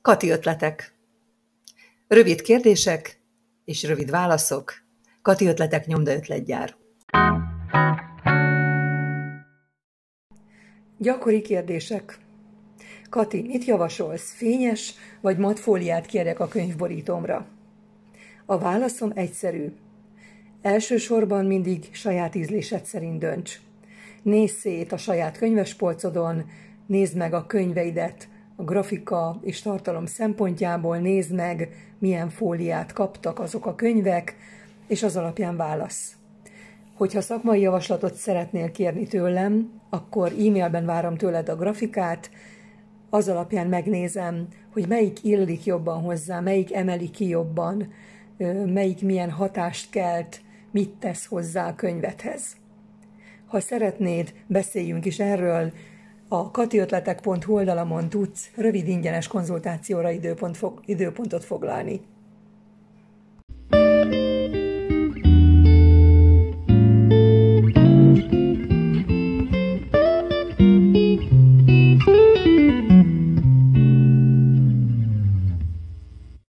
Kati ötletek. Rövid kérdések és rövid válaszok. Kati ötletek nyomdaötletgyár. Gyakori kérdések. Kati, mit javasolsz? Fényes vagy matfóliát kérjek a könyvborítómra? A válaszom egyszerű. Elsősorban mindig saját ízlésed szerint dönts. Nézz szét a saját könyvespolcodon, nézd meg a könyveidet a grafika és tartalom szempontjából, nézd meg, milyen fóliát kaptak azok a könyvek, és az alapján válasz. Hogyha szakmai javaslatot szeretnél kérni tőlem, akkor e-mailben várom tőled a grafikát, az alapján megnézem, hogy melyik illik jobban hozzá, melyik emeli ki jobban, melyik milyen hatást kelt, mit tesz hozzá a könyvedhez. Ha szeretnéd, beszéljünk is erről, a katiötletek.hu oldalamon tudsz rövid ingyenes konzultációra időpontot foglalni.